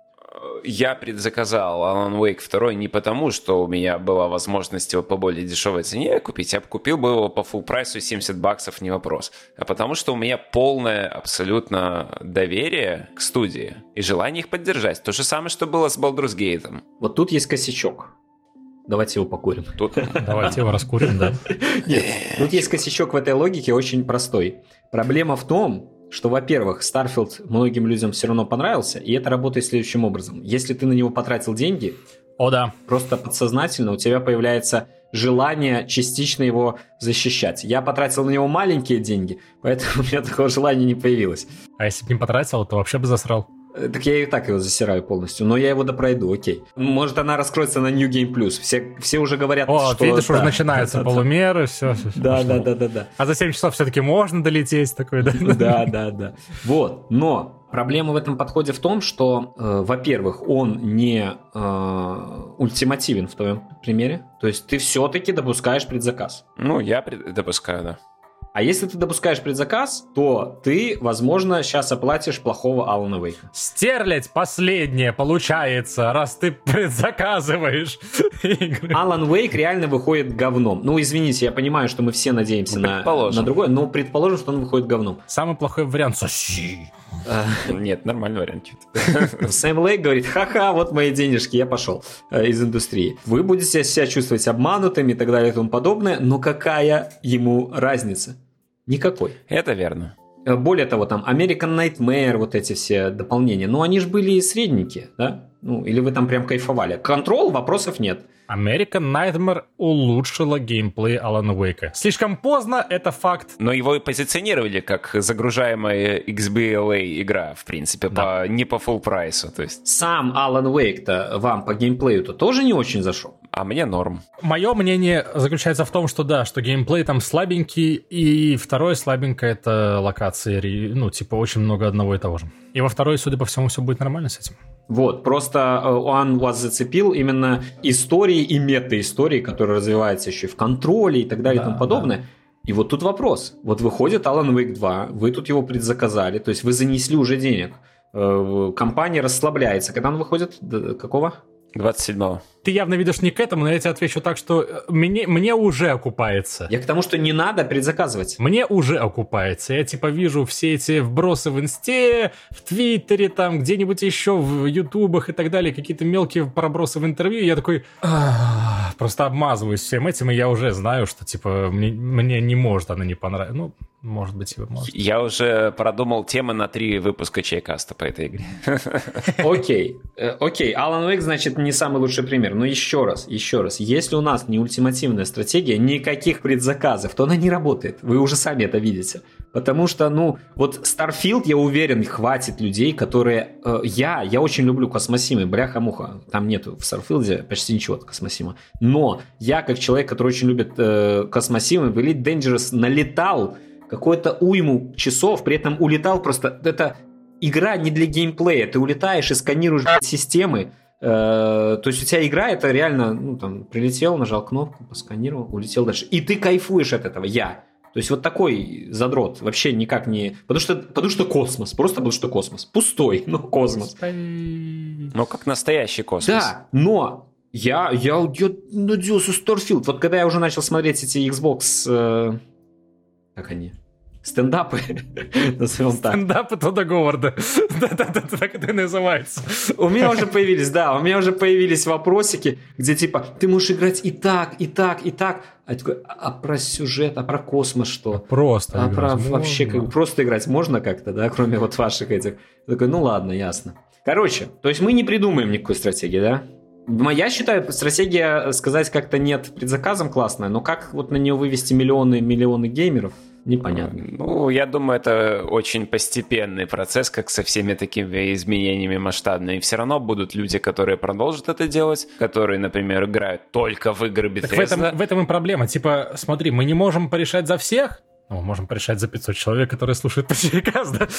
Я предзаказал Alan Wake два не потому, что у меня была возможность его по более дешевой цене купить, я бы купил бы его по фулл прайсу семьдесят баксов, не вопрос. А потому что у меня полное абсолютно доверие к студии и желание их поддержать. То же самое, что было с Baldur's Gate. Вот тут есть косячок. Давайте его покурим. Тут... Давайте его раскурим, да. Нет, тут есть косячок в этой логике очень простой. Проблема в том, что, во-первых, Starfield многим людям все равно понравился, и это работает следующим образом. Если ты на него потратил деньги, О, да. просто подсознательно у тебя появляется желание частично его защищать. Я потратил на него маленькие деньги, поэтому у меня такого желания не появилось. А если бы не потратил, то вообще бы засрал. Так я и так его засираю полностью, но я его допройду, окей. Может, она раскроется на New Game Plus. Все, все уже говорят, О, что... видишь, да, уже начинаются да, полумеры, все. все, все да, да, да, да, да. А за семь часов все-таки можно долететь такой, да? Да, да, да. Вот, но Проблема в этом подходе в том, что, э, во-первых, он не э, ультимативен в твоем примере. То есть ты все-таки допускаешь предзаказ. Ну, я пред... допускаю, да. А если ты допускаешь предзаказ, то ты, возможно, сейчас оплатишь плохого Алана Вейка. Стерлядь последнее получается, раз ты предзаказываешь игры. Алан Вейк реально выходит говном. Ну, извините, я понимаю, что мы все надеемся на, на другое, но предположим, что он выходит говном. Самый плохой вариант — соси. Нет, нормальный вариант. Сэм Лейк говорит: ха-ха, вот мои денежки, я пошел э, из индустрии. Вы будете себя чувствовать обманутыми и так далее и тому подобное, но какая ему разница? Никакой. Это верно. Более того, там American Nightmare, вот эти все дополнения, ну они же были средненькие, да? Ну, или вы там прям кайфовали. Control, вопросов нет. American Nightmare улучшила геймплей Алана Уэйка. Слишком поздно, это факт. Но его и позиционировали как загружаемая икс би эл эй игра, в принципе, да. по, не по full прайсу. То есть. Сам Алан Уэйк-то вам по геймплею-то тоже не очень зашел? А мне норм. Мое мнение заключается в том, что да, что геймплей там слабенький, и второе слабенькое — это локации, ну, типа очень много одного и того же. И во второй, судя по всему, все будет нормально с этим. Вот, просто он вас зацепил именно истории и мета-истории, которые развиваются еще и в контроле и так далее да, и тому подобное. Да. И вот тут вопрос. Вот выходит Alan Wake два, вы тут его предзаказали, то есть вы занесли уже денег. Компания расслабляется. Когда он выходит? Какого? двадцать седьмого. Ты явно ведешь не к этому, но я тебе отвечу так, что мне, мне уже окупается. Я к тому, что не надо предзаказывать. Мне уже окупается. Я типа вижу все эти вбросы в Инсте, в Твиттере, там где-нибудь еще, в Ютубах и так далее, какие-то мелкие пробросы в интервью, и я такой просто обмазываюсь всем этим, и я уже знаю, что типа мне, мне не может она не понравиться. Ну, может быть, и может. Я уже продумал темы на три выпуска Чайкаста по этой игре. Окей, окей, Alan Wake, значит, не самый лучший пример. Но еще раз, еще раз, если у нас не ультимативная стратегия, никаких предзаказов, то она не работает. Вы уже сами это видите. Потому что, ну, вот Starfield, я уверен, хватит людей, которые... Э, я, я очень люблю Космосимы, бляха-муха. Там нету в Starfield почти ничего от Космосима. Но я, как человек, который очень любит э, Космосимы, в Elite Dangerous налетал какую-то уйму часов, при этом улетал просто... Это игра не для геймплея. Ты улетаешь и сканируешь системы. Э, то есть у тебя игра, это реально, ну, там, прилетел, нажал кнопку, посканировал, улетел дальше. И ты кайфуешь от этого, я. То есть вот такой задрот вообще никак не... Потому что, потому что космос, просто потому что космос. Пустой, но космос. Ну, как настоящий космос. Да, но я, я, я надеялся Starfield. Вот когда я уже начал смотреть эти Xbox... Э, как они... Стендапы, назовем так. Стендапы Тодда Говарда. Да-да-да, так это и называется. У меня уже появились, да, у меня уже появились вопросики, где типа, ты можешь играть и так, и так, и так. А такой, а про сюжет, а про космос что? Просто а играть про можно. Вообще, как бы, просто играть можно как-то, да, кроме вот ваших этих. Я такой, ну ладно, ясно. Короче, то есть мы не придумаем никакой стратегии, да? Я считаю, стратегия сказать как-то нет предзаказом классная, но как вот на нее вывести миллионы, миллионы геймеров, непонятно. Ну, я думаю, это очень постепенный процесс, как со всеми такими изменениями масштабными. Все равно будут люди, которые продолжат это делать, которые, например, играют только в игры Bethesda. Так в этом, в этом и проблема. Типа, смотри, мы не можем порешать за всех, ну, мы можем порешать за пятьсот человек, которые слушают подкаст, да?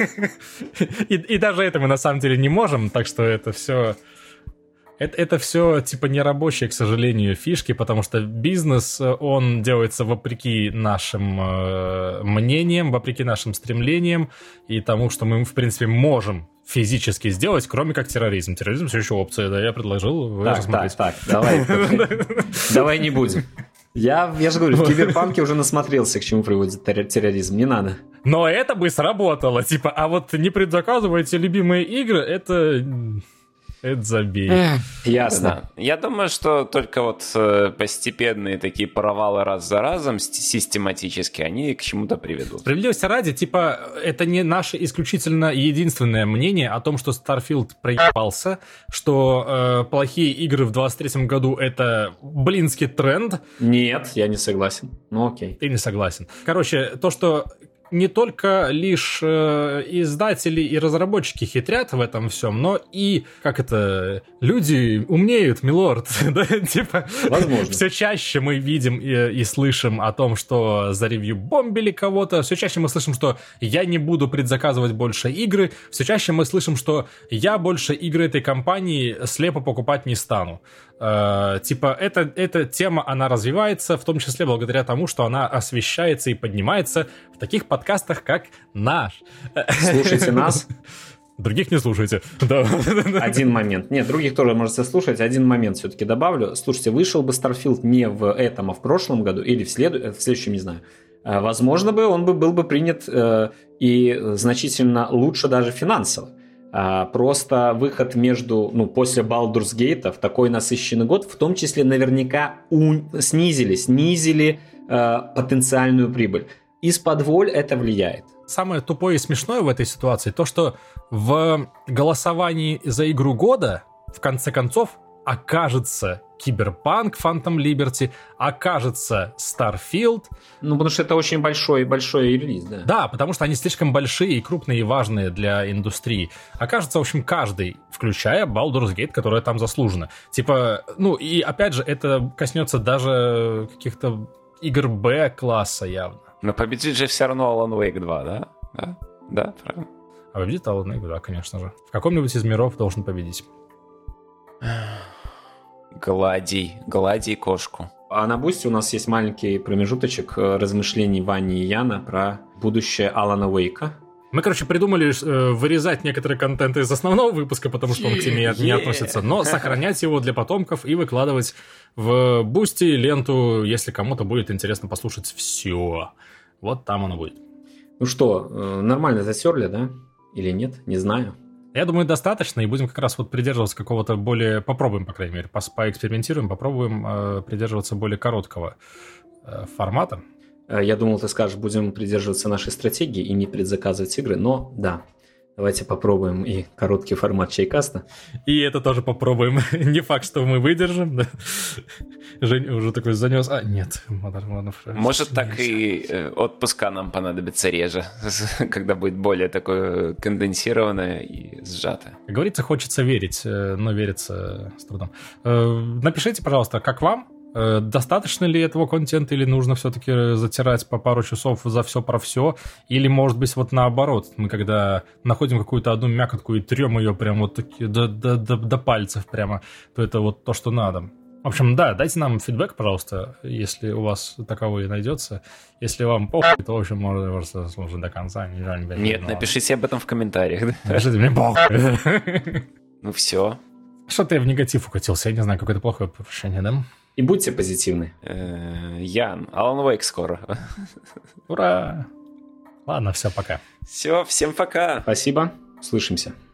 и, и даже это мы на самом деле не можем, так что это все... Это, это все, типа, нерабочие, к сожалению, фишки, потому что бизнес, он делается вопреки нашим э, мнениям, вопреки нашим стремлениям и тому, что мы, в принципе, можем физически сделать, кроме как терроризм. Терроризм все еще опция, да, я предложил. Вы так, так, так, давай, давай не будем. Я, я же говорю, в Киберпанке уже насмотрелся, к чему приводит терроризм, не надо. Но это бы сработало, типа, а вот не предзаказывайте любимые игры, это... Это забей. Ясно. Да. Я думаю, что только вот постепенные такие провалы раз за разом, систематически, они к чему-то приведут. Справедливости ради, типа, это не наше исключительно единственное мнение о том, что Starfield проебался, что э, плохие игры в двадцать третьем году это блинский тренд. Нет, я не согласен. Ну окей. Ты не согласен. Короче, то, что не только лишь э, издатели и разработчики хитрят в этом всем, но и, как это, люди умнеют, милорд, да, типа, возможно. Все чаще мы видим и, и слышим о том, что за ревью бомбили кого-то, все чаще мы слышим, что я не буду предзаказывать больше игры, все чаще мы слышим, что я больше игры этой компании слепо покупать не стану. Э, типа, это, эта тема, она развивается, в том числе благодаря тому, что она освещается и поднимается в таких подкастах, как наш. Слушайте нас. Других не слушайте. Да. Один момент. Нет, других тоже можете слушать. Один момент все-таки добавлю. Слушайте, вышел бы Starfield не в этом, а в прошлом году, или в, след... в следующем, не знаю. Возможно бы он бы был бы принят э, и значительно лучше даже финансово. А, просто выход между, ну, после Baldur's Gate в такой насыщенный год, в том числе наверняка у... снизили, снизили э, потенциальную прибыль. Из-под воль это влияет. Самое тупое и смешное в этой ситуации то, что в голосовании за игру года, в конце концов, окажется Cyberpunk Phantom Liberty, окажется Starfield. Ну, потому что это очень большой, большой релиз, да. Да, потому что они слишком большие и крупные и важные для индустрии. Окажется, в общем, каждый, включая Baldur's Gate, которая там заслужена. Типа, ну, и опять же, это коснется даже каких-то игр Б-класса явно. Но победит же все равно Alan Wake два, да? Да, да, правильно. А победит Alan Wake, да, конечно же. В каком-нибудь из миров должен победить. Гладий, гладий кошку. А на Бусти у нас есть маленький промежуточек размышлений Вани и Яна про будущее Алана Уэйка. Мы, короче, придумали э, вырезать некоторые контенты из основного выпуска, потому что он к теме yeah. не относится, но сохранять его для потомков и выкладывать в Бусти ленту, если кому-то будет интересно послушать все. Вот там оно будет. Ну что, нормально затерли, да? Или нет? Не знаю. Я думаю, достаточно, и будем как раз вот придерживаться какого-то более... Попробуем, по крайней мере, по поэкспериментируем, попробуем э, придерживаться более короткого э, формата. Я думал, ты скажешь, будем придерживаться нашей стратегии и не предзаказывать игры, но да, давайте попробуем и короткий формат чайкаста. И это тоже попробуем. Не факт, что мы выдержим. Да? Женя уже такой занес. А, нет. Может, так и отпуска нам понадобится реже, когда будет более такое конденсированное и сжатое. Как говорится, хочется верить, но верится с трудом. Напишите, пожалуйста, как вам? Достаточно ли этого контента, или нужно все-таки затирать по пару часов за все про все, или, может быть, вот наоборот, мы когда находим какую-то одну мякотку и трем ее прям вот таки до, до, до, до пальцев прямо, то это вот то, что надо. В общем, да, дайте нам фидбэк, пожалуйста, если у вас таковой найдется. Если вам похуй, то, в общем, можно просто слушать до конца. Не жаль, не Нет, ну, напишите об этом в комментариях. Напишите мне похуй. Ну все. Что-то я в негатив укатился, я не знаю, какое-то плохое повышение, да? И будьте позитивны. Ян, Alan Wake скоро. Ура! Ладно, все, пока. Все, всем пока. Спасибо, слышимся.